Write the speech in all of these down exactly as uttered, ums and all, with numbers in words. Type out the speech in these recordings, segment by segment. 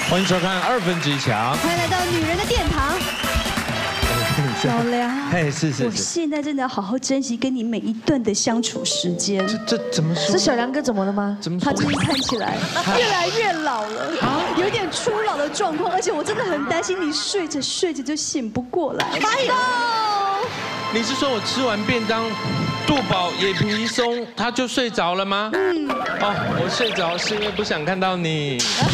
欢迎收看二分之一强， 欢迎来到女人的殿堂。小梁， 哎，是是我现在真的要好好珍惜跟你每一段的相处时间。 这这怎么说？ 是小梁哥怎么了吗？ 怎么说？ 他最近看起来越来越老了，有点初老的状况，而且我真的很担心你睡着睡着就醒不过来。哎呦！ 你是说我吃完便当，肚饱眼皮松，他就睡着了吗？嗯。哦，我睡着是因为不想看到你。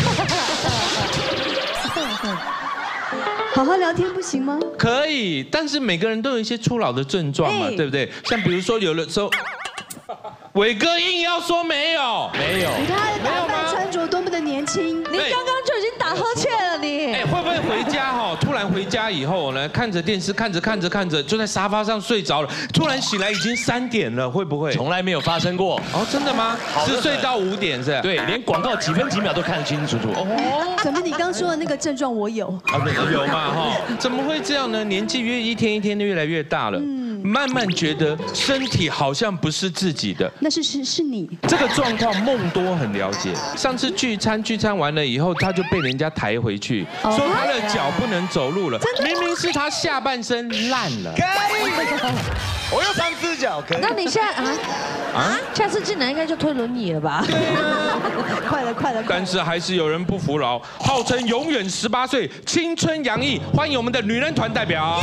好好聊天不行吗？ 可以，但是每个人都有一些初老的症状嘛，对不对？像比如说有的时候，伟哥硬要说没有，没有， 你看他的打扮穿着多么的年轻， 你刚刚就已经打呵欠了，你。 哎，会不会回家哈？突然回家以后呢，看着电视，看着看着看着，就在沙发上睡着了，突然醒来已经三点了，会不会？ 从来没有发生过。 哦，真的吗？是睡到五点是？ 对，连广告几分几秒都看得清清楚楚。 哦，怎么你刚说的那个症状我有？ 啊，有嘛哈？怎么会这样呢？年纪越一天一天的越来越大了，慢慢觉得身体好像不是自己的。 那是是是你。 这个状况梦多很了解。上次聚餐聚餐完了以后，他就被人家抬回去，说他的脚不能走路了。明明是他下半身烂了。 可以，我有三只脚，可以。 那你现在啊啊，下次进来应该就推轮椅了吧？ 对啊， 快了快了。 但是还是有人不服老，号称永远十八岁，青春洋溢。欢迎我们的女人团代表。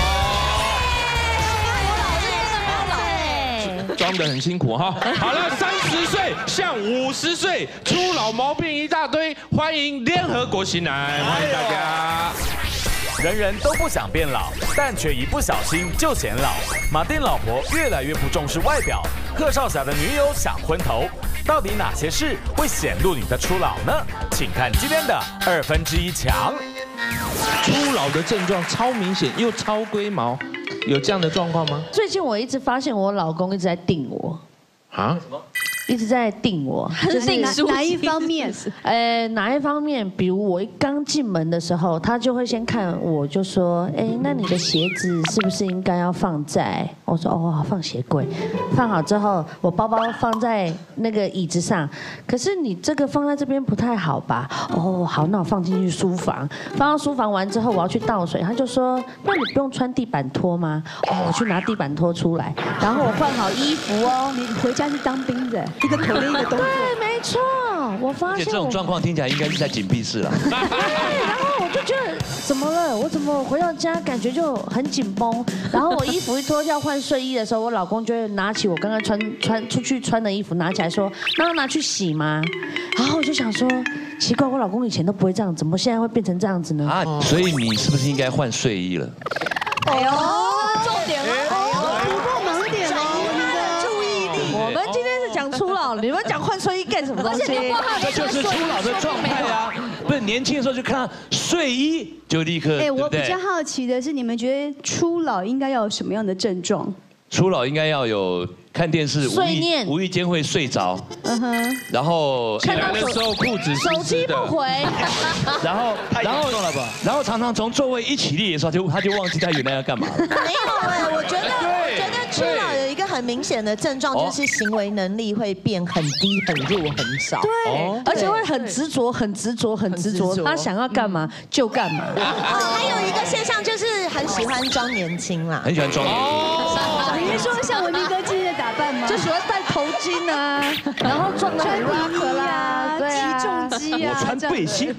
装得很辛苦哈，好了，三十岁像五十岁，初老毛病一大堆，欢迎联合国型男，欢迎大家。 人人都不想变老，但却一不小心就显老。马丁老婆越来越不重视外表，贺少侠的女友想昏头，到底哪些事会显露你的初老呢？请看今天的二分之一强。 初老的症状超明显又超龟毛。有这样的状况吗？ 最近我一直发现我老公一直在定我， 啊？ 一直在定我， 就是哪哪一方面？ 呃，哪一方面？比如我一刚进门的时候，他就会先看我，就说：“哎，那你的鞋子是不是应该要放在？”我说：“哦，放鞋柜。”放好之后，我包包放在那个椅子上。可是你这个放在这边不太好吧？哦，好，那我放进去书房。放到书房完之后，我要去倒水，他就说：“那你不用穿地板拖吗？”哦，我去拿地板拖出来，然后我换好衣服哦。 你回家是当兵的。一个口令一个动作， 对，没错。我发现这种状况听起来应该是在紧闭室了。 对，然后我就觉得怎么了？我怎么回到家感觉就很紧绷？然后我衣服一脱要换睡衣的时候，我老公就会拿起我刚刚穿穿出去穿的衣服拿起来说：“那要拿去洗吗？”然后我就想说，奇怪，我老公以前都不会这样，怎么现在会变成这样子呢？ 啊，所以你是不是应该换睡衣了？ 哎呦，重点了，突破盲点了。 我们今天是讲初老，你们讲换睡衣干什么东西？ 这就是初老的状态啊！不是年轻的时候就看到睡衣就立刻。 哎，我比较好奇的是，你们觉得初老应该要有什么样的症状？ 初老应该要有看电视无意无意间会睡着，嗯哼，然后起来的时候裤子手机不回， 然后然后然后常常从座位一起立的时候，就他就忘记他原来要干嘛了。 没有哎，我觉得我觉得初老有一个很明显的症状，就是行为能力会变很低、很弱、很少。 对，而且会很执着、很执着、很执着，他想要干嘛就干嘛。 还有一个现象就是很喜欢装年轻啦， 很喜欢装年轻。 你是说像文明哥今天的打扮吗？ 就喜欢戴头巾啊，然后装得很 rock 啦， 对啊，击重机啊， 我穿背心。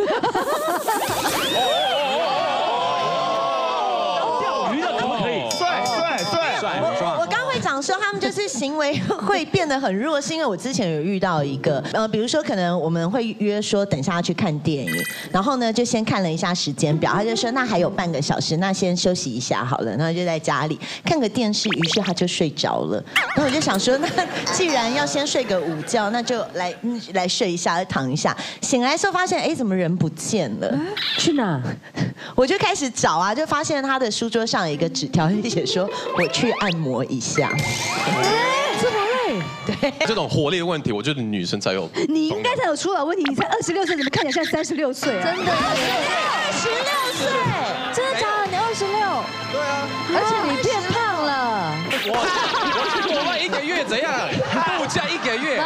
钓鱼的可不可以？ 帅帅帅帅！ 我我刚会讲说他们就是行为会变得很弱，是因为我之前有遇到一个，呃，比如说可能我们会约说等一下要去看电影，然后呢就先看了一下时间表，他就说那还有半个小时，那先休息一下好了，然后就在家里看个电视，于是他就睡着了。然后我就想说，那既然要先睡个午觉，那就来嗯来睡一下，躺一下。醒来的时候发现，哎，怎么人不见了？ 去哪？ 我就开始找啊，就发现他的书桌上有一个纸条，就写说我去按摩一下。 这么累？ 对， 这种活力的问题，我觉得女生才有。 你应该才有初老问题，你才二十六岁，怎么看起来像三十六岁啊？ 真的，二十六岁，真的假的？你二十六？ 对啊， 而且你变胖了。 我我去国外一个月怎样？度假一个月。 马丁，你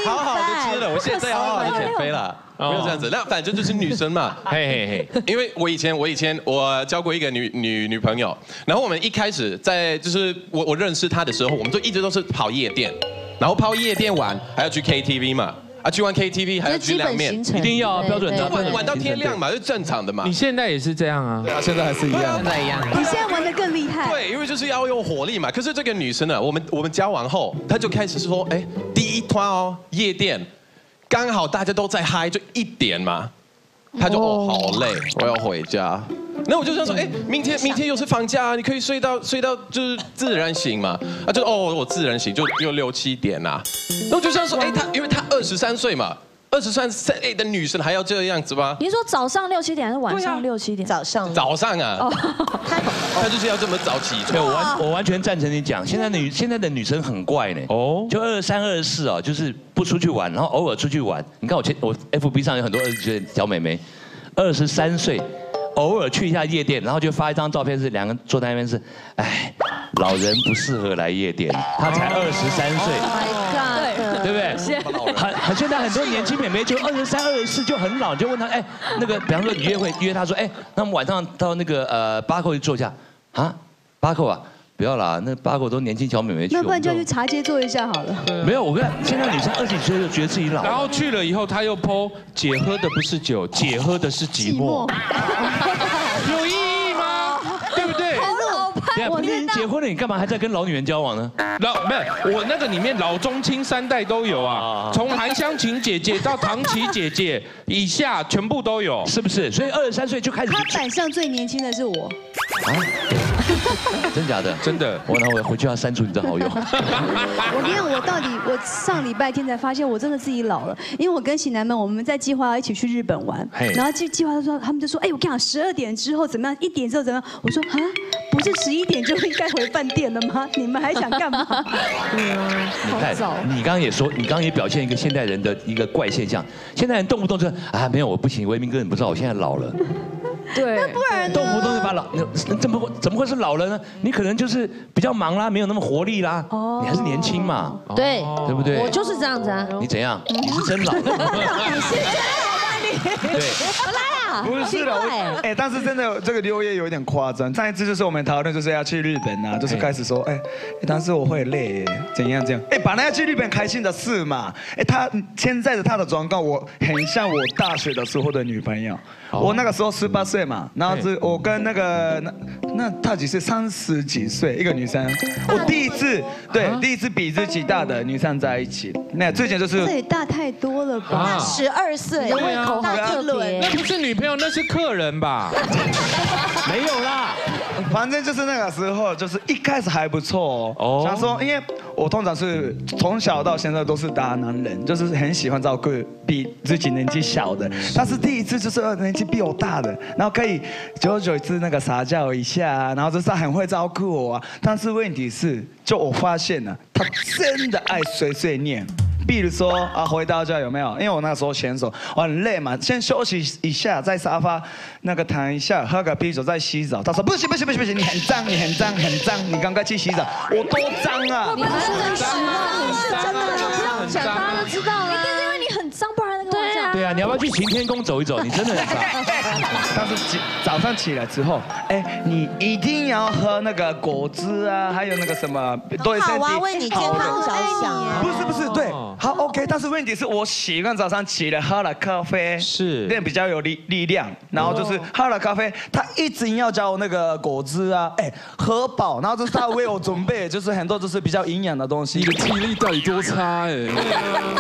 好好的吃了，我现在好好的减肥了，没有这样子。那反正就是女生嘛，嘿嘿嘿。因为我以前我以前我交过一个女女女朋友，然后我们一开始在就是我我认识她的时候，我们就一直都是跑夜店，然后跑夜店玩还要去 K T V 嘛。啊，去玩 K T V 还要去两面， 一定要标准的， 玩玩到天亮嘛，是正常的嘛。 你现在也是这样啊？ 对啊，现在还是一样， 现在一样。 你现在玩的更厉害。 对，因为就是要用火力嘛。可是这个女生呢，我们我们交往后，她就开始说，哎，第一团哦，夜店，刚好大家都在嗨，就一点嘛，她就哦好累，我要回家。那我就想说，哎，明天明天又是放假，你可以睡到睡到就是自然醒嘛，啊，就哦我自然醒就就六七点啦。那我就想说，哎，她因为她二十三岁嘛。二十三岁的女生还要这样子吗？ 你说早上六七点还是晚上六七点？ 早上。 早上啊。哦。她就是要这么早起床。 我完我完全赞成你讲，现在的女现在的女生很怪呢。哦。就二十三、二十四哦，就是不出去玩，然后偶尔出去玩。你看我前我 F B 上有很多二十岁的小妹妹，二十三岁，偶尔去一下夜店，然后就发一张照片，是两个人坐在那边是，哎，老人不适合来夜店，她才二十三岁。 My God。 对不对？很很现在很多年轻妹妹就二十三、二十四就很老，就问她，哎，那个比方说你约会约她说，哎，那我们晚上到那个呃八扣去坐一下，啊，八扣啊，不要啦，那八扣都年轻小妹妹去。 那不然就去茶街坐一下好了。 没有，我跟现在女生二十几岁就觉得自己老。 然后去了以后，她又 po 姐喝的不是酒，姐喝的是寂寞。有意义吗？对不对？ 对啊，不是结婚了，你干嘛还在跟老女人交往呢？ 老没有，我那个里面老中青三代都有啊，从韩湘琴姐姐到唐琪姐姐以下全部都有， 是不是？所以二十三岁就开始。 他板上最年轻的是我。啊？ 真假的？ 真的。 我那我回去要删除你的好友。 我跟你讲，我到底我上礼拜天才发现我真的自己老了，因为我跟型男们我们在计划要一起去日本玩，然后计计划的时候他们就说，哎，我跟你讲，十二点之后怎么样？一点之后怎么样？我说啊，不是十一点就应该回饭店了吗？你们还想干嘛？ 对啊， 你看，你刚刚也说，你刚刚也表现一个现代人的一个怪现象，现代人动不动就啊，没有我不行，维明哥你不知道我现在老了。 对， 那不然呢？ 动不动就把老，怎么会怎么会是老了呢？你可能就是比较忙啦，没有那么活力啦。哦，你还是年轻嘛。 对， 对不对？ 我就是这样子啊。 你怎样？你是真老。 你是真老吧你？ 对， 我来啊。 不是的，我哎，但是真的这个六月有点夸张。上一次就是我们讨论就是要去日本啊，就是开始说哎，但是我会累，怎样怎样。哎，本来要去日本开心的事嘛。哎，他现在的他的状况，我很像我大学的时候的女朋友。我那个时候十八岁嘛，然后是我跟那个那那她几岁？三十几岁一个女生，我第一次对第一次比自己大的女生在一起。那之前就是这也大太多了吧？ 十二岁， 胃口好特别。 那不是女朋友，那是客人吧？ 没有啦， 反正就是那个时候，就是一开始还不错哦。想说，因为我通常是从小到现在都是大男人，就是很喜欢照顾比自己年纪小的。但是第一次就是年纪比我大的，然后可以久久一次那个撒娇一下，然后就是他很会照顾我啊。但是问题是，就我发现了，他真的爱碎碎念。比如说啊，回到家有没有？因为我那时候选手，我很累嘛，先休息一下，在沙发那个躺一下，喝个啤酒，再洗澡。他说不行不行不行不行，你很脏，你很脏很脏，你赶快去洗澡。我多脏啊！ 你们是很实话，是真的，就不用讲，大家都知道了。一定是因为你很脏，不然那个对啊。 对啊，你要不要去行天宫走一走？你真的很脏。 但是早上起来之后，哎，你一定要喝那个果汁啊，还有那个什么， 对身体好啊，为你健康着想啊。 不是不是，对。好 ，OK， 但是问题是我习惯早上起来喝了咖啡， 是练比较有力力量，然后就是喝了咖啡，他一直要叫我那个果汁啊，哎，喝饱，然后就是他为我准备，就是很多就是比较营养的东西。 你的记忆力到底多差哎？真的，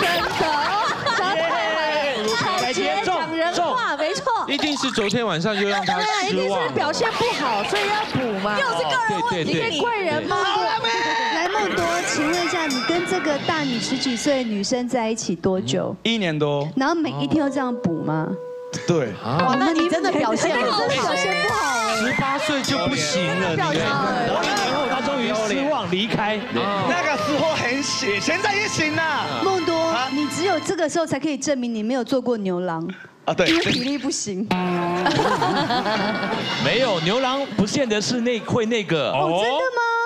太接讲人话，没错。 一定是昨天晚上又让他失望， 一定是表现不好，所以要补嘛。 又是个人问题， 你贵人吗？ 来梦多，请问一下，你跟这个大你十几岁的女生在一起多久？ 一年多。 然后每一天都这样补吗？ 对。 哦，那你真的表现不好， 表现不好。 十八岁就不行了， 表现然后一年后他终于失望离开。 那个时候很行，现在也行啦。 梦多，你只有这个时候才可以证明你没有做过牛郎。 啊，对， 因为体力不行。 没有牛郎不见得是那会那个哦，真的吗？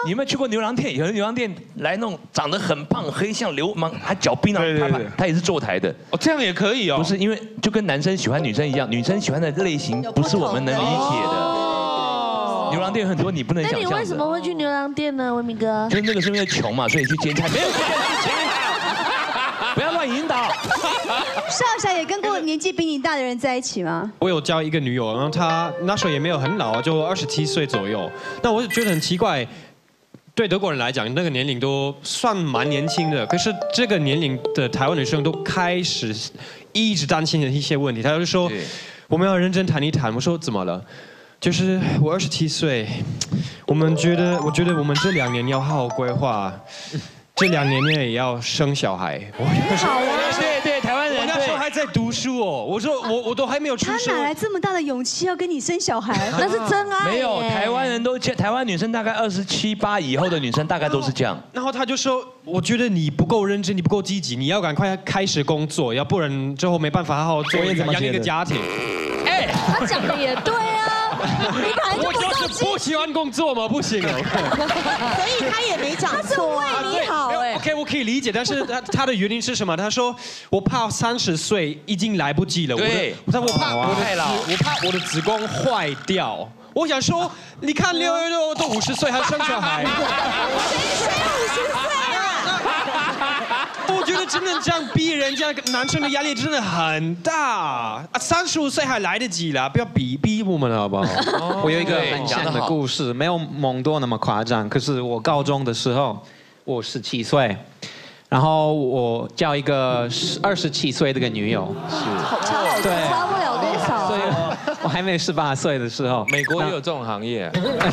你有没有去过牛郎店？有的牛郎店来那种长得很胖、黑像流氓，还脚冰到他他也是坐台的。 哦，这样也可以哦。 不是因为就跟男生喜欢女生一样，女生喜欢的类型不是我们能理解的。牛郎店有很多你不能想象的。 那你为什么会去牛郎店呢，文明哥？ 就是那个是因为穷嘛，所以去兼差，没有这件事情。不要乱引导。 少侠也跟过年纪比你大的人在一起吗？ 我有交一个女友，然后她那时候也没有很老，就二十七岁左右。那我就觉得很奇怪，对德国人来讲，那个年龄都算蛮年轻的，可是这个年龄的台湾女生都开始一直担心的一些问题。她就说我们要认真谈一谈。我说怎么了？就是我二十七岁，我们觉得，我觉得我们这两年要好好规划。这两年内也要生小孩。我好啊， 对对，台湾人。 我那时候还在读书哦，我说我我都还没有出生。 他哪来这么大的勇气要跟你生小孩？ 那是真爱。 没有，台湾人都台湾女生大概二十七八以后的女生大概都是这样。 然后他就说，我觉得你不够认真，你不够积极，你要赶快开始工作，要不然之后没办法好好做养一个家庭。 哎，他讲的也对啊。你本来就我就是不喜欢工作嘛，不行哦。 所以他也没讲错啊。 他是为你好哎。 OK， 我可以理解，但是他他的原因是什么？他说我怕三十岁已经来不及了。 对， 我说我怕我的子，我怕我的子宫坏掉。我想说，你看六六六都五十岁还生小孩。 谁五十岁啊？ 我觉得真的这样逼人家男生的压力真的很大啊！三十五岁还来得及啦，不要逼逼我们了好不好？ 我有一个很像的故事，没有蒙多那么夸张。可是我高中的时候，我十七岁，然后我交一个二十七岁的一个女友， 是，差好多，差不了多少。 所以我还没十八岁的时候， 美国也有这种行业。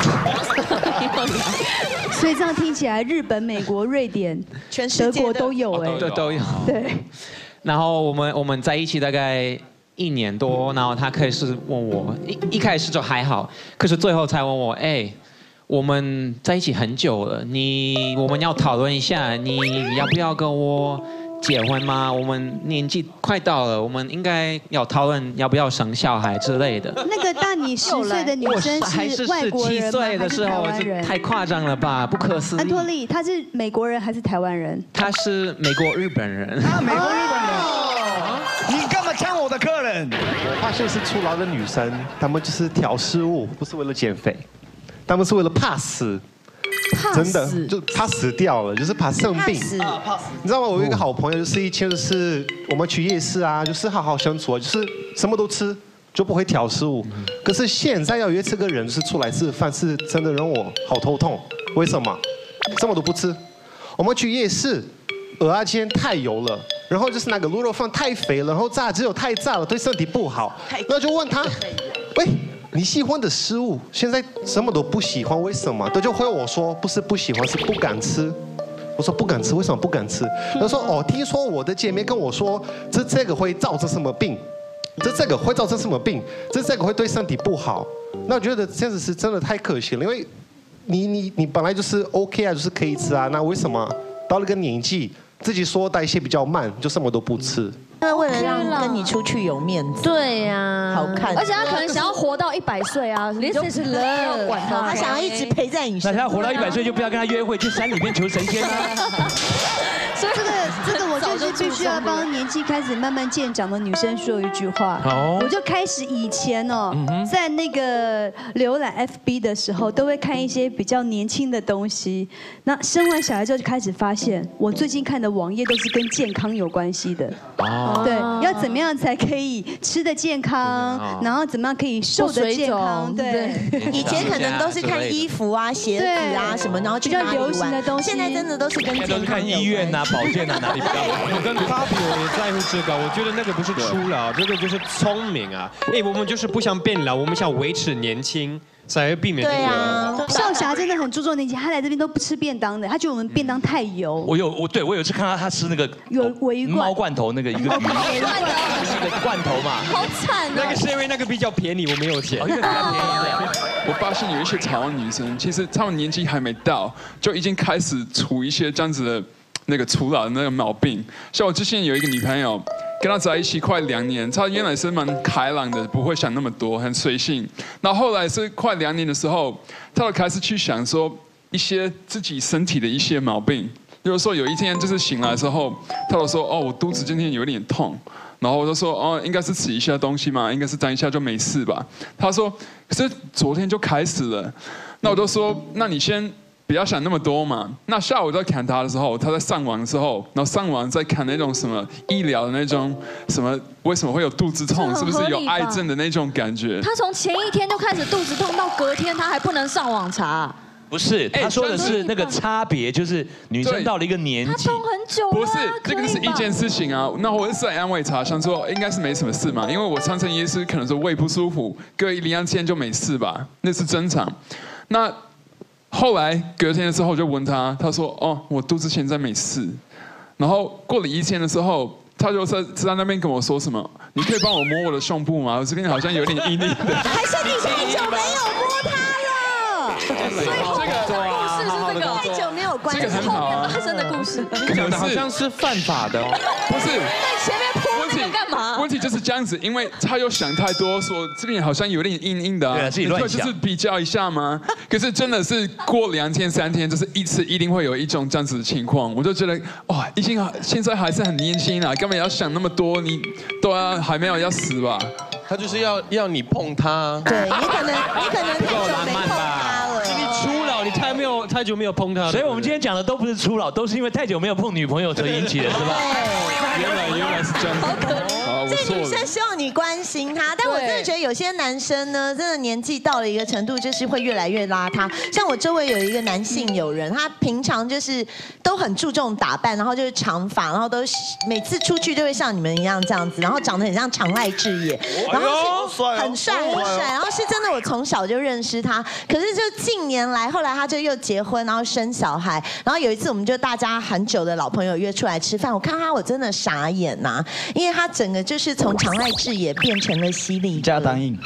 所以这样听起来，日本、美国、瑞典、 全世界德国都有哎， 对都有。 对。 然后我们我们在一起大概一年多，然后他开始问我，一一开始就还好，可是最后才问我，哎，我们在一起很久了，你我们要讨论一下，你要不要跟我结婚吗？我们年纪快到了，我们应该要讨论要不要生小孩之类的。 那个大你十岁的女生是外国人吗？还是台湾人？ 太夸张了吧，不可思议。 安托利，他是美国人还是台湾人？ 他是美国日本人。 啊，美国日本人。你干嘛抢我的客人？ 我发现是初老的女生，她们就是挑食物，不是为了减肥，她们是为了怕死。真的就怕死掉了，就是怕生病。 怕死， 你知道吗？我有一个好朋友，就是以前就是我们去夜市啊，就是好好相处，就是什么都吃，就不会挑食物。可是现在要约这个人，就是出来吃饭，是真的让我好头痛。为什么？什么都不吃。我们去夜市，鹅啊煎太油了，然后就是那个卤肉饭太肥了，然后炸只有太炸了，对身体不好。然后就问他，喂。你喜欢的食物现在什么都不喜欢，为什么？他就回我说，不是不喜欢，是不敢吃。我说不敢吃，为什么不敢吃？他说哦，听说我的姐妹跟我说，这这个会造成什么病？这这个会造成什么病？这这个会对身体不好。那我觉得这样子是真的太可惜了，因为你你你本来就是 OK 啊，就是可以吃啊，那为什么到了个年纪，自己说代谢比较慢，就什么都不吃？ 因为为了让跟你出去有面子， 对呀， 好看， 而且他可能想要活到一百岁啊，你就不要管他， 他想要一直陪在你身边。 那他要活到一百岁，就不要跟他约会，去山里面求神仙啊。 所以这个这个，我就是必须要帮年纪开始慢慢渐长的女生说一句话。哦，我就开始以前哦，在那个浏览 F B 的时候，都会看一些比较年轻的东西。那生完小孩之后，就开始发现，我最近看的网页都是跟健康有关系的。哦，对，要怎么样才可以吃得健康，然后怎么样可以瘦得健康？对， 以前可能都是看衣服啊、鞋子啊什么，然后去哪里玩。现在真的都是跟健康有关。 都是看医院啊、保健啊哪里比较好。 我跟芭比我也在乎这个，我觉得那个不是初老，这个就是聪明啊。哎，我们就是不想变老，我们想维持年轻。才会避免这个。对啊，少侠真的很注重年纪，他来这边都不吃便当的，他觉得我们便当太油。 我有我对我有一次看到他吃那个有鲔鱼猫罐头那个一个鱼，那个罐头嘛， 好惨。 那个是因为那个比较便宜，我没有钱。 因为比较便宜。 我发现有一些台湾女生，其实她们年纪还没到，就已经开始出一些这样子的那个初老的那个毛病。像我之前有一个女朋友。跟他在一起快两年，他原来是蛮开朗的，不会想那么多，很随性。然后后来是快两年的时候，他就开始去想说， 一些自己身体的一些毛病。就是说有一天就是醒来的时候，他就说哦，我肚子今天有点痛，然后我就说哦，应该是吃一下东西嘛，应该是沾一下就没事吧。他说可是昨天就开始了，那我就说那你先不要想那么多嘛。那下午在看他的时候，他在上网的时候，然后上网在看那种什么医疗的那种什么为什么会有肚子痛，是不是有癌症的那种感觉？ 他从前一天就开始肚子痛，到隔天他还不能上网查。 不是，他说的是那个差别，就是女生到了一个年纪， 他痛很久了。 不是，这个是一件事情啊。那我是在安慰他，想说应该是没什么事嘛，因为我上次也是可能是胃不舒服，隔一两天就没事吧，那是正常。那后来隔天的时候我就问他，他说哦，我肚子现在没事。然后过了一天的时候，他就在在那边跟我说什么，你可以帮我摸我的胸部吗？我这边好像有点硬硬的。 还是你太久没有摸它了？ 所以后面的故事是这个， 太久没有关系， 这个很好啊发生的故事。 讲的好像是犯法的哦。 不是。 在前面泼那个干嘛？ 问题就是这样子，因为他又想太多，说这边好像有点硬硬的、啊， 对啊，自己乱想，就是比较一下吗？可是真的是过两天三天，就是一次一定会有一种这样子的情况，我就觉得哇，已经现在还是很年轻啊，根本要想那么多，你都要还没有要死吧？ 他就是要要你碰他， 对你可能你可能太久没碰他了， 你初老，你太没有太久没有碰他， 所以我们今天讲的都不是初老，都是因为太久没有碰女朋友所引起的，是吧？ 原来原来是这样子， 好可怜。这女生希望你关心她，但我真的觉得有些男生呢，真的年纪到了一个程度，就是会越来越邋遢。像我周围有一个男性友人，他平常就是都很注重打扮，然后就是长发，然后都每次出去就会像你们一样这样子，然后长得很像长濑智也，然后是很帅很帅，然后是真的我从小就认识他，可是就近年来，后来他就又结婚，然后生小孩，然后有一次我们就大家很久的老朋友约出来吃饭，我看他我真的傻眼呐、啊，因为他整个就是从长濑智也变成了犀利加单印。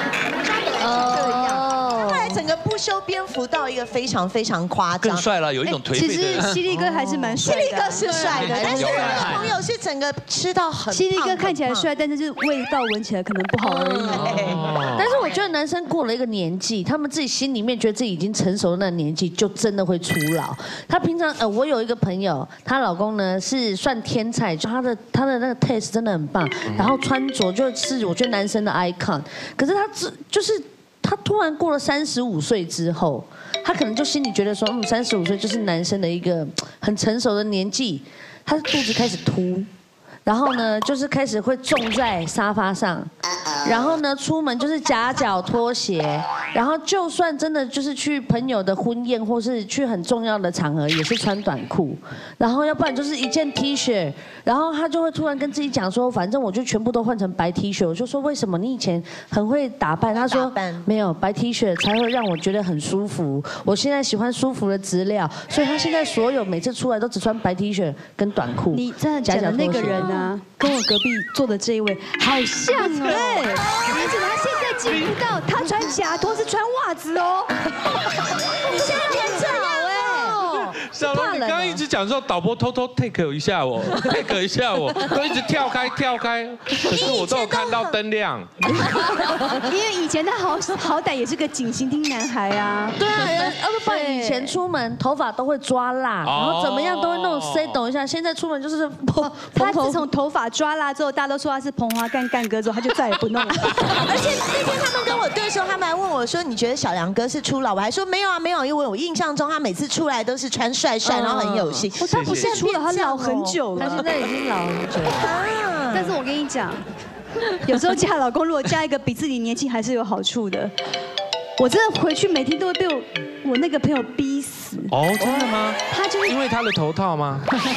哦，后来整个不修边幅到一个非常非常夸张， 更帅了，有一种颓废的。 其实犀利哥还是蛮帅的， 犀利哥是帅的，但是我的朋友是整个吃到很。 犀利哥看起来帅，但是就是味道闻起来可能不好而已。 但是我觉得男生过了一个年纪，他们自己心里面觉得自己已经成熟的那个年纪，就真的会初老。他平常呃，我有一个朋友，她老公呢是算天才，就他的他的那个 taste 真的很棒，然后穿着就是我觉得男生的 icon， 可是他只就是他突然过了三十五岁之后，他可能就心里觉得说，嗯，三十五岁就是男生的一个很成熟的年纪，他的肚子开始凸。然后呢，就是开始会种在沙发上，然后呢，出门就是夹脚拖鞋，然后就算真的就是去朋友的婚宴或是去很重要的场合，也是穿短裤，然后要不然就是一件 T 恤，然后他就会突然跟自己讲说，反正我就全部都换成白 T 恤。我就说为什么你以前很会打扮？他说没有，白 T 恤才会让我觉得很舒服。我现在喜欢舒服的质料，所以他现在所有每次出来都只穿白 T 恤跟短裤。 你真的讲的那个人啊，跟我隔壁坐的这一位好像哦，对，而且他现在见不到他穿假拖是穿袜子哦，你现在变这样哎， 小龙，你刚刚一直讲说导播偷偷 take 一下我 ，take 一下我，都一直跳开跳开，可是我都有看到灯亮。 因为以前他好好歹也是个景星町男孩啊。 对啊，要不然以前出门头发都会抓蜡，然后怎么样都会弄 set 抖一下，现在出门就是他自从头发抓蜡之后，大家都说他是彭华干干哥之后，他就再也不弄了。 而且那天他们跟我对的时候，他们还问我说：“你觉得小梁哥是初老？”我还说没有啊，没有，因为我印象中他每次出来都是穿帅帅，然后很有型。 他不是初老，他老很久了， 他现在已经老很久了。 但是我跟你讲，有时候嫁老公如果嫁一个比自己年轻还是有好处的。我真的回去每天都会被我我那个朋友逼死。 哦，真的吗？ 他就是因为他的头套吗？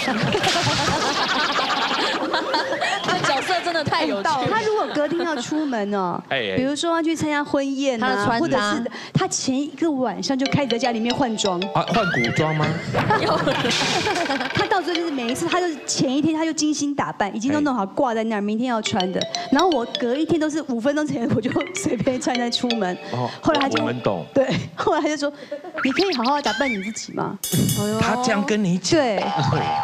他角色真的太有趣。 他如果隔天要出门哦，比如说要去参加婚宴啊，或者是他前一个晚上就开始在家里面换装。 啊，换古装吗？ 他到最后就是每一次，他就是前一天他就精心打扮，已经都弄好挂在那儿，明天要穿的。然后我隔一天都是五分钟前我就随便穿再出门。哦，后来他就我们懂。 对，后来他就说：“你可以好好打扮你自己吗？” 他这样跟你讲。 对。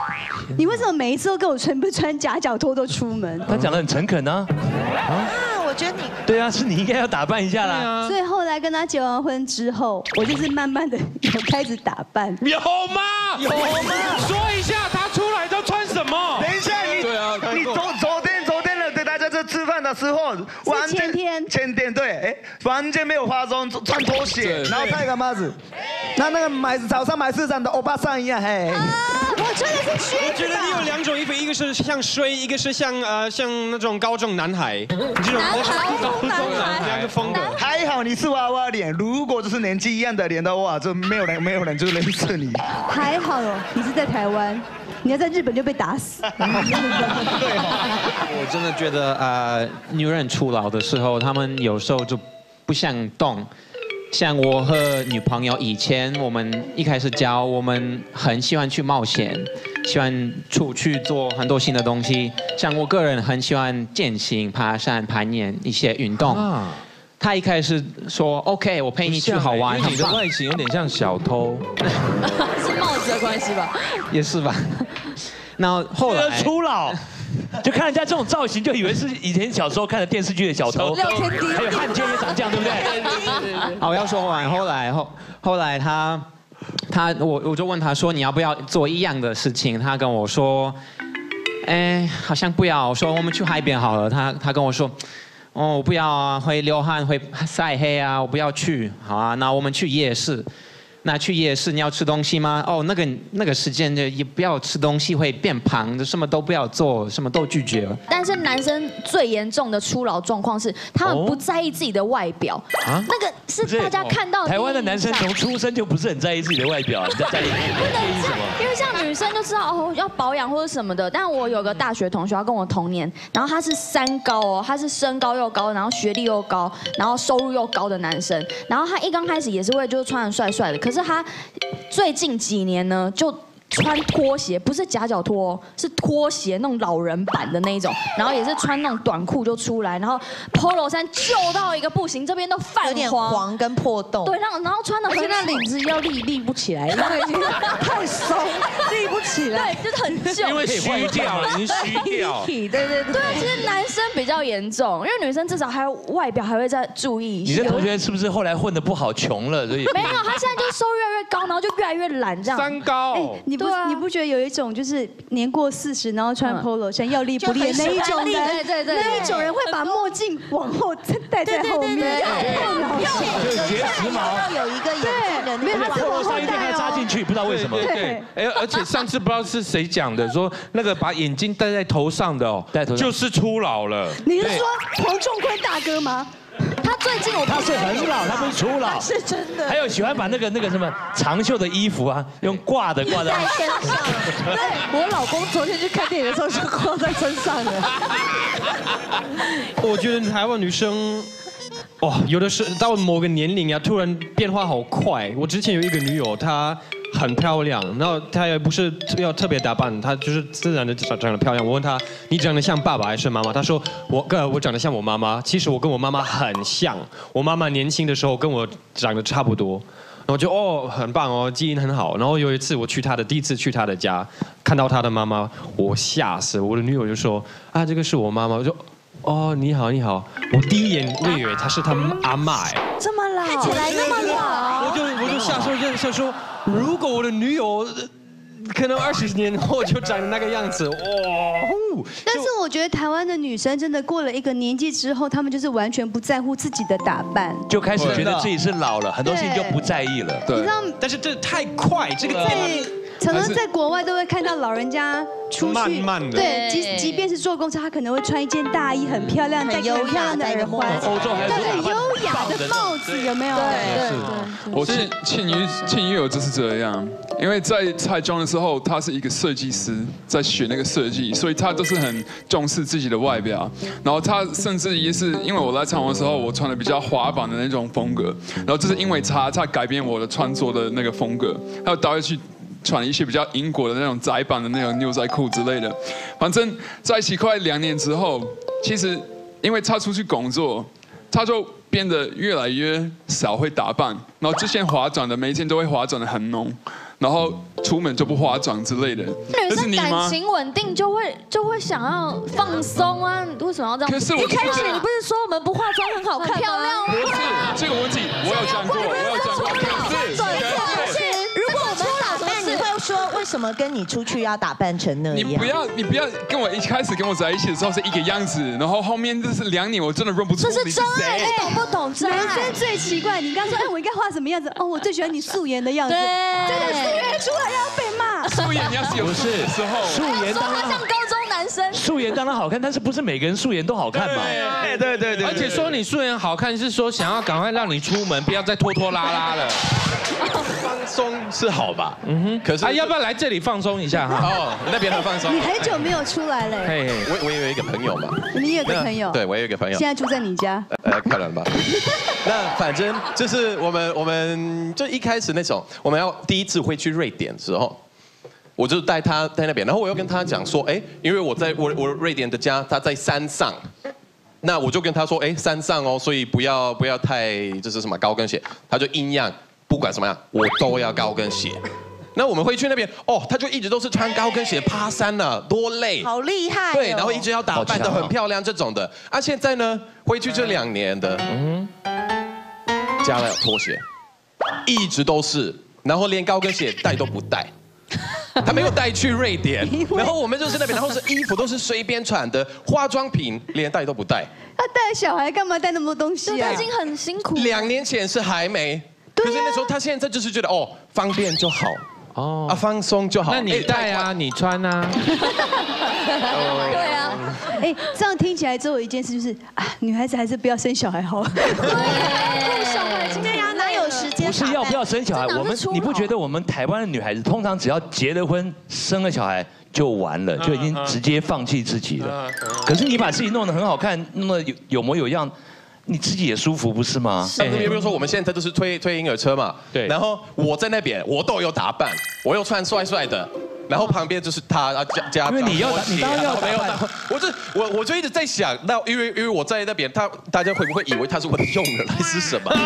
你为什么每一次都跟我穿不穿夹脚拖都出门？ 他讲得很诚恳啊。 啊，我我觉得你对啊，是你应该要打扮一下啦。 所以后来跟他结完婚之后，我就是慢慢的有开始打扮。 有吗？ 有吗？ 说一下他出来都穿什么？ 等一下，你对啊， 你昨昨天昨天的对大家在吃饭的时候，完全前天前天对，哎，完全没有化妆，穿拖鞋，然后戴个帽子，那那个买早上买市场的欧巴桑一样，嘿。 我穿的是靴子。 我觉得你有两种衣服，一个是像睡，一个是像呃像那种高中男孩，这种高中男孩两个风格。 还好你是娃娃脸，如果就是年纪一样的脸的话，就没有人没有人就认识你。 还好哦，你是在台湾，你要在日本就被打死。 我真的觉得呃，女人初老的时候，她们有时候就不想动。像我和女朋友以前，我们一开始交，我们很喜欢去冒险，喜欢出去做很多新的东西。像我个人很喜欢健行、爬山、攀岩一些运动。啊、他一开始说 OK， 我陪你去好玩。 你的外形有点像小偷， 是帽子的关系吧？ 也是吧。然后后来初老。就看人家这种造型，就以为是以前小时候看的电视剧的小偷， 廖天迪， 还有汉奸也长这样，对不对？ 好，我要说完。后来后后来他他我我就问他说你要不要做一样的事情？他跟我说，哎，好像不要。我说我们去海边好了。他他跟我说，哦，我不要啊，会流汗会晒黑啊，我不要去。好啊，那我们去夜市。那去夜市你要吃东西吗？哦，那个那个时间就也不要吃东西会变胖，就什么都不要做，什么都拒绝。 但是男生最严重的初老状况是，他们不在意自己的外表，啊、那个是大家看到的。 台湾的男生从出生就不是很在意自己的外表，你在在意介意什么？ 因为像女生就知道哦要保养或者什么的。但我有个大学同学，他跟我同年，然后他是三高哦，他是身高又高，然后学历又高，然后收入又高的男生。然后他一刚开始也是会就是穿得帅帅的，可是他最近几年呢，就穿拖鞋，不是夹脚拖，是拖鞋那种老人版的那一种，然后也是穿那种短裤就出来，然后 polo 衫旧到一个不行，这边都泛黄， 有点黄跟破洞。 对，然后然后穿的， 而且那领子要立立不起来，因为已经太松，立不起来， 对，就是很旧， 因为虚掉了，已经虚掉。 对对对。 对，其实男生比较严重，因为女生至少还有外表还会再注意一些。 你的同学是不是后来混得不好，穷了，所以没有，他现在就收入越来越高，然后就越来越懒这样。 三高。 你不你不觉得有一种就是年过四十，然后穿 polo 衫要立不立的那一种人？ 对对对， 那一种人会把墨镜往后戴在后面， 就截时髦。 要有一个眼镜的， 没有，他是往后一定要扎进去，不知道为什么。 对，哎，而且上次不知道是谁讲的，说那个把眼镜戴在头上的哦， 戴头上就是初老了。 你是说彭仲坤大哥吗？ 他最近我他是很老，他不是初老， 是真的。 还有喜欢把那个那个什么长袖的衣服啊，用挂的挂在身上。 对，我老公昨天去看电影的时候就挂在身上了。 我觉得台湾女生，哦，有的是到某个年龄啊，突然变化好快。我之前有一个女友，她很漂亮，然后她也不是要特别打扮，她就是自然的长长得漂亮。我问她，你长得像爸爸还是妈妈？她说我呃我长得像我妈妈。其实我跟我妈妈很像，我妈妈年轻的时候跟我长得差不多。然后就哦很棒哦，基因很好。然后有一次我去她的第一次去她的家，看到她的妈妈，我吓死。我的女友就说啊这个是我妈妈，我就哦你好你好。我第一眼我以为她是她阿嬷哎， 这么老， 看起来那么老。 我就我就下手就想说，如果我的女友可能二十年后就长那个样子，哇！ 但是我觉得台湾的女生真的过了一个年纪之后，她们就是完全不在乎自己的打扮， 就开始觉得自己是老了，很多事情就不在意了。 你知道， 但是这太快，这个在常常在国外都会看到老人家出去， 慢慢的， 对，即即便是坐公车，他可能会穿一件大衣，很漂亮，戴个很漂亮的耳环， 欧洲还有对，很优雅的帽子，有没有？ 对对。 我庆庆余庆余友就是这样，因为在彩妆的时候，他是一个设计师，在学那个设计，所以他都是很重视自己的外表。然后他甚至也是因为我来彩虹的时候，我穿的比较滑板的那种风格，然后就是因为他，他改变我的穿着的那个风格，还有导演去穿一些比较英国的那种窄版的那种牛仔裤之类的。反正在一起快两年之后，其实因为他出去工作，他就变得越来越少会打扮，然后之前化妆的每一天都会化妆的很浓，然然后出门就不化妆之类的。 女生感情稳定就会就会想要放松啊，你为什么要这样？ 可是我一开始你不是说我们不化妆很好看吗？漂亮吗？ 不是这个问题，我有讲过，我有讲过。可是如果我们打扮，你会说为什么跟你出去要打扮成那样？ 你不要你不要跟我一开始跟我在一起的时候是一个样子，然后后面就是两年我真的认不出你是谁。 这是真爱，你懂不懂真爱？ 男生最奇怪，你刚说哎我应该画什么样子？哦，我最喜欢你素颜的样子。 对， 这个素颜出来要被骂。 素颜你要是有事的时候， 素颜当然像高中男生， 素颜当然好看，但是不是每个人素颜都好看嘛？ 对对对对。 而且说你素颜好看，是说想要赶快让你出门，不要再拖拖拉拉了。 放松是好吧？嗯哼。可是啊，要不要来这里放松一下哈？ 哦，那边很放松。 你很久没有出来嘞。 嘿嘿， 我我也有一个朋友嘛。 你有个朋友？ 对，我也有一个朋友。 现在住在你家？ 呃，可能吧。那反正就是我们我们就一开始那种，我们要第一次会去瑞典的时候。我就带他在那边，然后我又跟他讲说，哎，因为我在我我瑞典的家，他在山上，那我就跟他说，哎，山上哦，所以不要不要太就是什么高跟鞋，他就一样，不管什么样，我都要高跟鞋。那我们会去那边，哦，他就一直都是穿高跟鞋爬山了，多累， 好厉害。 对，然后一直要打扮得很漂亮这种的。啊，现在呢，回去这两年的，嗯，加了拖鞋，一直都是，然后连高跟鞋带都不带。他没有带去瑞典，然后我们就是那边，然后是衣服都是随便穿的，化妆品连带都不带。 他带小孩干嘛带那么多东西啊？ 他已经很辛苦。 两年前是还没，可是那时候他现在就是觉得哦，方便就好，哦啊放松就好。 那你带啊，你穿啊。 对啊。哎，这样听起来只有一件事就是啊，女孩子还是不要生小孩好。 对，小孩今天呀哪有时间？ 不是要不要生小孩，我们你不觉得我们台湾的女孩子通常只要结了婚、生了小孩就完了，就已经直接放弃自己了？可是你把自己弄得很好看，弄得有有模有样。你自己也舒服不是吗？ 是。比如说我们现在都是推推婴儿车嘛，对。然后我在那边，我都有打扮，我又穿帅帅的，然后旁边就是他啊加加。 因为你要你当然要没有打扮，我就我我就一直在想，那因为因为我在那边，他大家会不会以为他是我的佣人还是什么？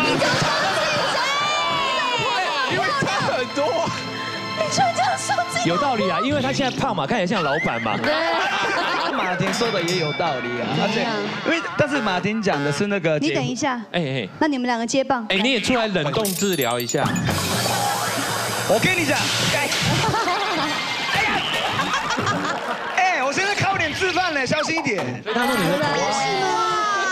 因为他很多。 你就这样说自己？ 有道理啊，因为他现在胖嘛，看起来像老板嘛。 对。马丁说的也有道理啊，而且因为但是马丁讲的是那个。 你等一下，哎哎，那你们两个接棒。 哎，你也出来冷冻治疗一下。 我跟你讲，哎呀，哎，我现在靠脸吃饭呢，小心一点。 所以他说你的头啊。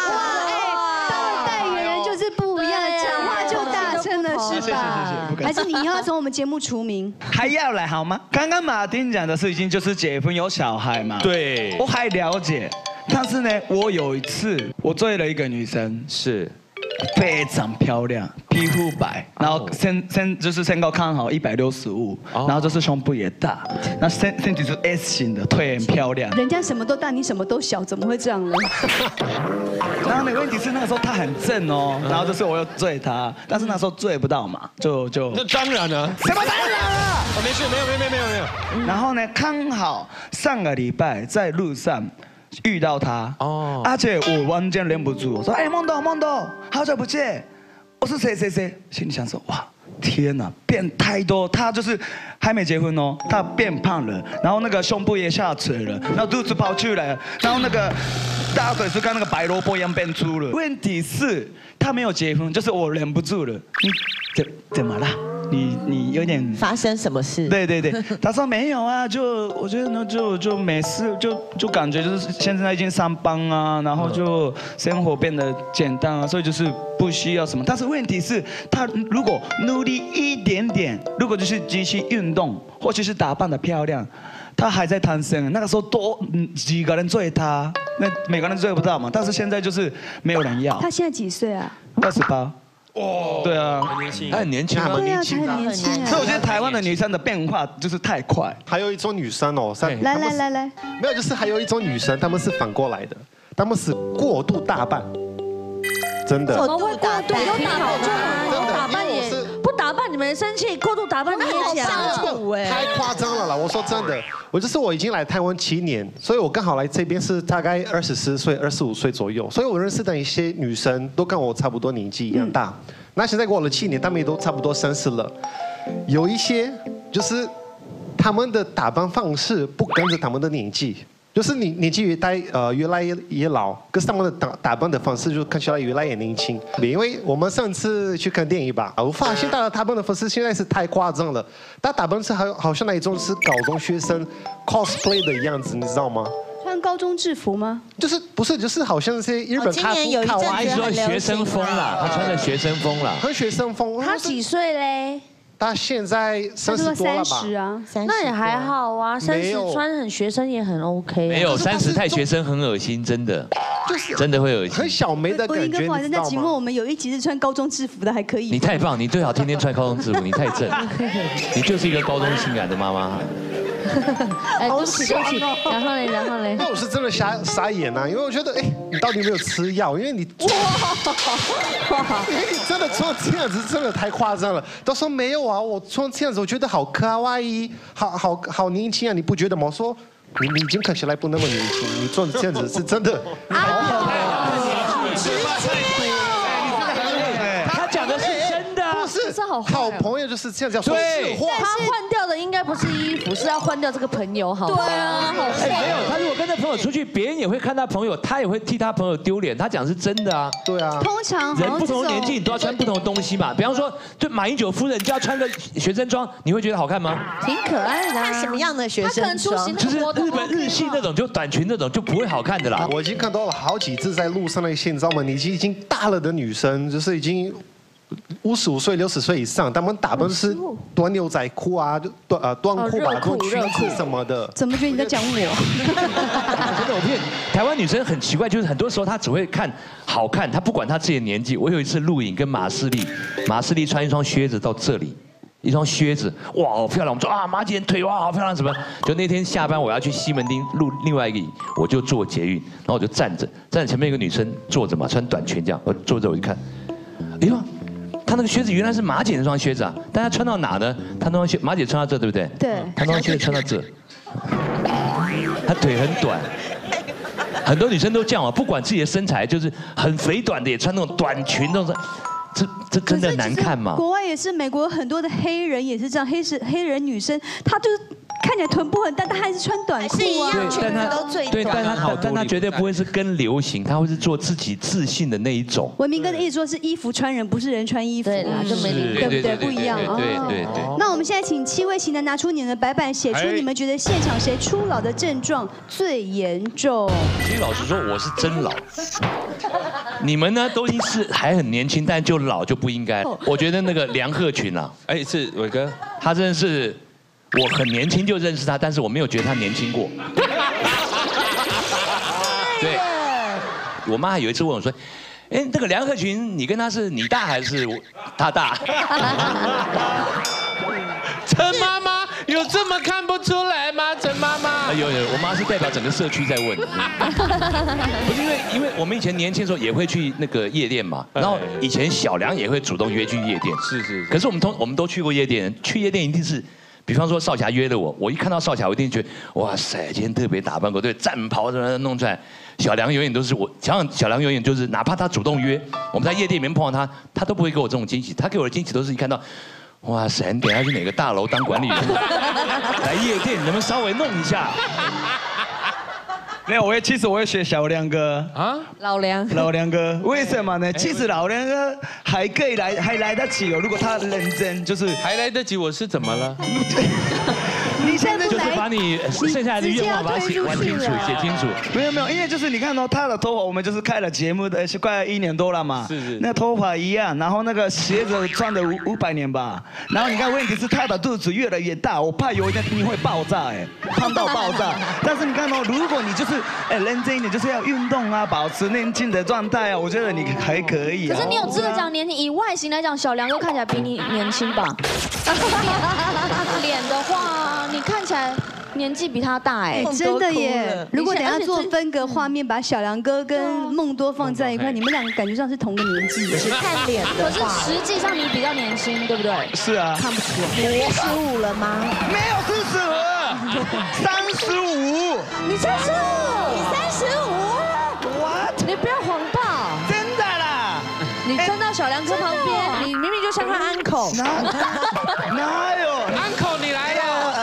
代言人就是不一样，讲话就大声了，是吧？还是你要从我们节目除名？ 还要来好吗？刚刚马丁讲的是已经就是结婚有小孩嘛？ 对， 我还了解。但是呢，我有一次我追了一个女生， 是非常漂亮，皮肤白，然后身身就是身高刚好一百六十五，然后就是胸部也大，那身身体是 S 型的，腿很漂亮。 人家什么都大，你什么都小，怎么会这样呢？ 然后呢，问题是那个时候她很正哦，然后就是我又追她，但是那时候追不到嘛，就就那当然了， 什么当然了？ 哦，没事，没有没有没有没有没有。 然后呢，刚好上个礼拜在路上。遇到他哦，而且我完全忍不住，我说：“哎，梦豆，梦豆，好久不见，我是谁谁谁。”心里想说：“哇，天哪，变太多！他就是还没结婚哦，他变胖了，然后那个胸部也下垂了，然后肚子跑出来了，然后那个大腿是跟那个白萝卜一样变粗了。问题是，他没有结婚，就是我忍不住了。你怎怎么了？”你你有点发生什么事？ 对对对，他说没有啊，就我觉得呢就就没事，就就感觉就是现在已经上班啊，然后就生活变得简单啊，所以就是不需要什么。但是问题是，他如果努力一点点，如果就是继续运动，或者是打扮得漂亮，他还在单身。那个时候多几个人追他，那每个人追不到嘛。但是现在就是没有人要。 他现在几岁啊？ 二十八。哦，对啊， 很年轻， 他很年轻， 很年轻，很年轻。 所以我觉得台湾的女生的变化就是太快。 还有一种女生哦， 来来来来， 没有，就是还有一种女生，她们是反过来的，她们是过度打扮，真的。 怎么会过度？有打扮就好，打扮也不打扮你们生气，过度打扮你也讲。 太夸张了啦！我说真的，我就是我已经来台湾七年，所以我刚好来这边是大概二十四岁、二十五岁左右，所以我认识的一些女生都跟我差不多年纪一样大。那现在过了七年，她们也都差不多三十了，有一些就是他们的打扮方式不跟着他们的年纪。就是你年纪越大，呃，越来越越老，可是他们的打打扮的方式就看起来越来越年轻。因为我们上次去看电影吧，我发现大家打扮的方式现在是太夸张了，他打扮是好好像那一种是高中学生 cosplay 的样子，你知道吗？ 穿高中制服吗？ 就是不是，就是好像是日本卡夫卡哇伊说学生风啦，他穿的学生风啦， 和学生风。 他几岁嘞？ 他现在三十多了吧？ 三十啊， 那也还好啊，三十穿很学生也很 OK。 没有三十太学生很恶心，真的， 就是真的会恶心， 很小妹的感觉。 我应该不好意思，那请问我们有一集是穿高中制服的，还可以？ 你太棒，你最好天天穿高中制服，你太正，你就是一个高中性感的妈妈。 哎，对不起对不起，然后嘞然后嘞， 那我是真的傻傻眼啊，因为我觉得，哎，你到底有没有吃药？因为你，哇，因为你真的穿这样子真的太夸张了。都说没有啊，我穿这样子我觉得好卡哇伊，好好好年轻啊，你不觉得吗？我说你你已经看起来不那么年轻，你穿这样子是真的。 他讲的是真的， 不是好朋友就是这样子说实话。 他换掉的应该不是衣服，是要换掉这个朋友，好吗？ 对啊，好哎，没有，他如果跟他朋友出去，别人也会看他朋友，他也会替他朋友丢脸。他讲的是真的啊。 对啊。 通常人不同的年纪，你都要穿不同的东西嘛。比方说，就马英九夫人就要穿个学生装，你会觉得好看吗？ 挺可爱的。 看什么样的学生装？ 就是日本日系那种，就短裙那种就不会好看的啦。 我已经看到了好几次在路上那些，你知道吗？年纪已经大了的女生，就是已经五十五岁、六十岁以上，他们打扮是短牛仔裤啊，短呃短裤吧，短裙子什么的。 怎么觉得你在讲我？ 真的，我骗台湾女生很奇怪，就是很多时候她只会看好看，她不管她自己的年纪。我有一次录影跟马士利，马士利穿一双靴子到这里。一双靴子，哇，好漂亮！我们说啊，马姐腿哇，好漂亮，什么？就那天下班我要去西门町录另外一个影，我就坐捷运，然后我就站着，站着前面一个女生坐着嘛，穿短裙这样，我坐着我就看，哎呦，她那个靴子原来是马姐那双靴子啊，但她穿到哪呢？她那双靴，马姐穿到这对不对？ 对。 她那双靴子穿到这，她腿很短。很多女生都这样啊，不管自己的身材，就是很肥短的也穿那种短裙，那种。这这真的难看吗？ 国外也是，美国有很多的黑人也是这样，黑是黑人女生，她就是看起来臀部很大，但她还是穿短裤啊。 对，裙子都最短。 对，但她但她绝对不会是跟流行，她会是做自己自信的那一种。 文明哥的意思说是衣服穿人，不是人穿衣服。 对啦，就没对不对？不一样。 对对对。 那我们现在请七位型男拿出你们的白板，写出你们觉得现场谁初老的症状最严重。 其实老实说，我是真老。你们呢都已经是还很年轻，但就老就不应该。我觉得那个梁鹤群啊， 哎，是伟哥， 他真的是我很年轻就认识他，但是我没有觉得他年轻过。对，我妈有一次问我说：“哎，那个梁鹤群，你跟他是你大还是他大？” 陈妈妈有这么看不出来吗？陈妈妈有有，我妈是代表整个社区在问。不是因为，因为我们以前年轻的时候也会去那个夜店嘛，然后以前小梁也会主动约去夜店。 是是。 可是我们通我们都去过夜店，去夜店一定是，比方说少侠约了我，我一看到少侠，我一定觉得哇塞，今天特别打扮过，对，战袍什么弄出来。小梁永远都是我，想想小梁永远就是，哪怕他主动约，我们在夜店里面碰到他，他都不会给我这种惊喜，他给我的惊喜都是一看到。哇塞！你等下去哪个大楼当管理员？来夜店，你能不能稍微弄一下？ 没有，我也其实我也学小梁哥啊， 老梁， 老梁哥，为什么呢？其实老梁哥还可以来，还来得及哦。如果他认真，就是还来得及。我是怎么了？ 你现在就是把你剩下来的愿望把它写完清楚，写清楚。 没有没有，因为就是你看到他的头发，我们就是开了节目的是快一年多了嘛， 是是。 那头发一样，然后那个鞋子穿了五五百年吧，然后你看问题是他的肚子越来越大，我怕有一天你会爆炸哎，胖到爆炸。但是你看哦，如果你就是哎认真一点，就是要运动啊，保持年轻的状态啊，我觉得你还可以。 可是你有资格讲年轻，以外形来讲，小梁哥看起来比你年轻吧？脸的话，你看起来年纪比他大哎， 真的耶！如果等下做分隔画面，把小梁哥跟梦多放在一块，你们两个感觉上是同个年纪。 是看脸的话，可是实际上你比较年轻，对不对？ 是啊， 看不出来。十五了吗？ 没有四十五，三十五。 你三十五， 你三十五 ？What？ 你不要谎报。 真的啦！ 你你站到小梁哥旁边，你明明就像他 uncle。 哪有 ？uncle 你来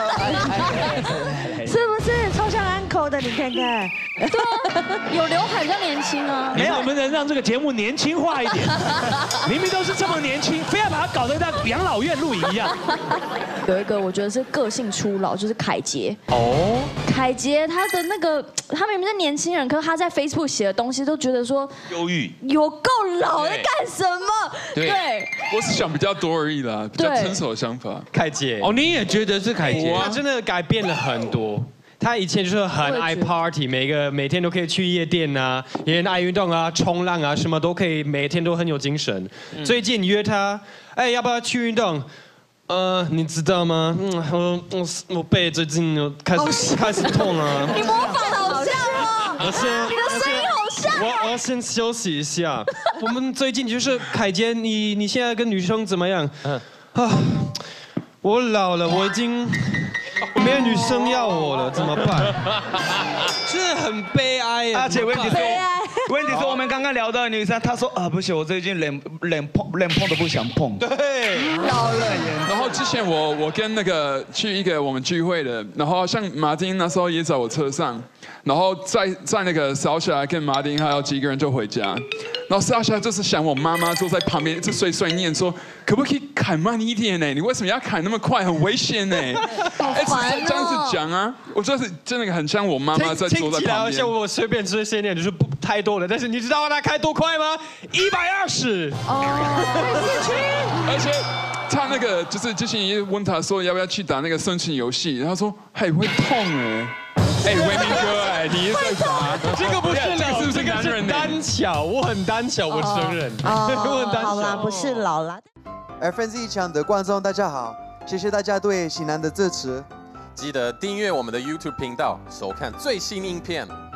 了， 是不是超像 uncle 的？你看看。 对啊，有刘海比较年轻啊。 你能不能让这个节目年轻化一点？明明都是这么年轻，非要把它搞得像养老院录影一样。 有一个我觉得是个性初老，就是凯杰。 哦。 凯杰他的那个，他明明是年轻人，可是他在 Facebook 写的东西都觉得说忧郁， 有够老，在干什么？ 对，我是想比较多而已啦，比较成熟的想法。 凯杰， 哦，你也觉得是凯杰？ 他真的改变了很多。他以前就是很爱 party， 每个每天都可以去夜店啊，也很爱运动啊，冲浪啊，什么都可以，每天都很有精神。嗯、最近约他，哎，要不要去运动？呃，你知道吗？嗯，我我我背最近有开始开始痛了。 你模仿好像哦， 我先你的声音好像。 我我要先休息一下。我们最近就是凯杰，你你现在跟女生怎么样？嗯啊，我老了，我已经。没有女生要我了，怎么办？是很悲哀， 而且问题是，问题是我们刚刚聊到的女生，她说啊，不行，我最近连连碰连碰都不想碰。 对， 老了。 然后之前我我跟那个去一个我们聚会的，然后像马丁那时候也在我车上，然后在在那个烧下来跟马丁还有几个人就回家，然后烧下来就是想我妈妈坐在旁边一直碎碎念说，可不可以开慢一点呢？你为什么要开那么快？很危险呢。哎，这样子讲啊，我就是真的很像我妈妈在坐在旁边。 像我随便这些念就是不太多了，但是你知道他开多快吗？一百二十。哦， 而且他那个就是之前也问他说要不要去打那个生存游戏，然后他说还会痛哎。哎，维明哥哎，你是在啥？ 这个不是老， 是不是男人单巧？我很单巧，我承认。 我很单巧。好啦，不是老啦。 F N Z 场的观众大家好，谢谢大家对型男的支持。 记得订阅我们的 YouTube 频道，收看最新影片。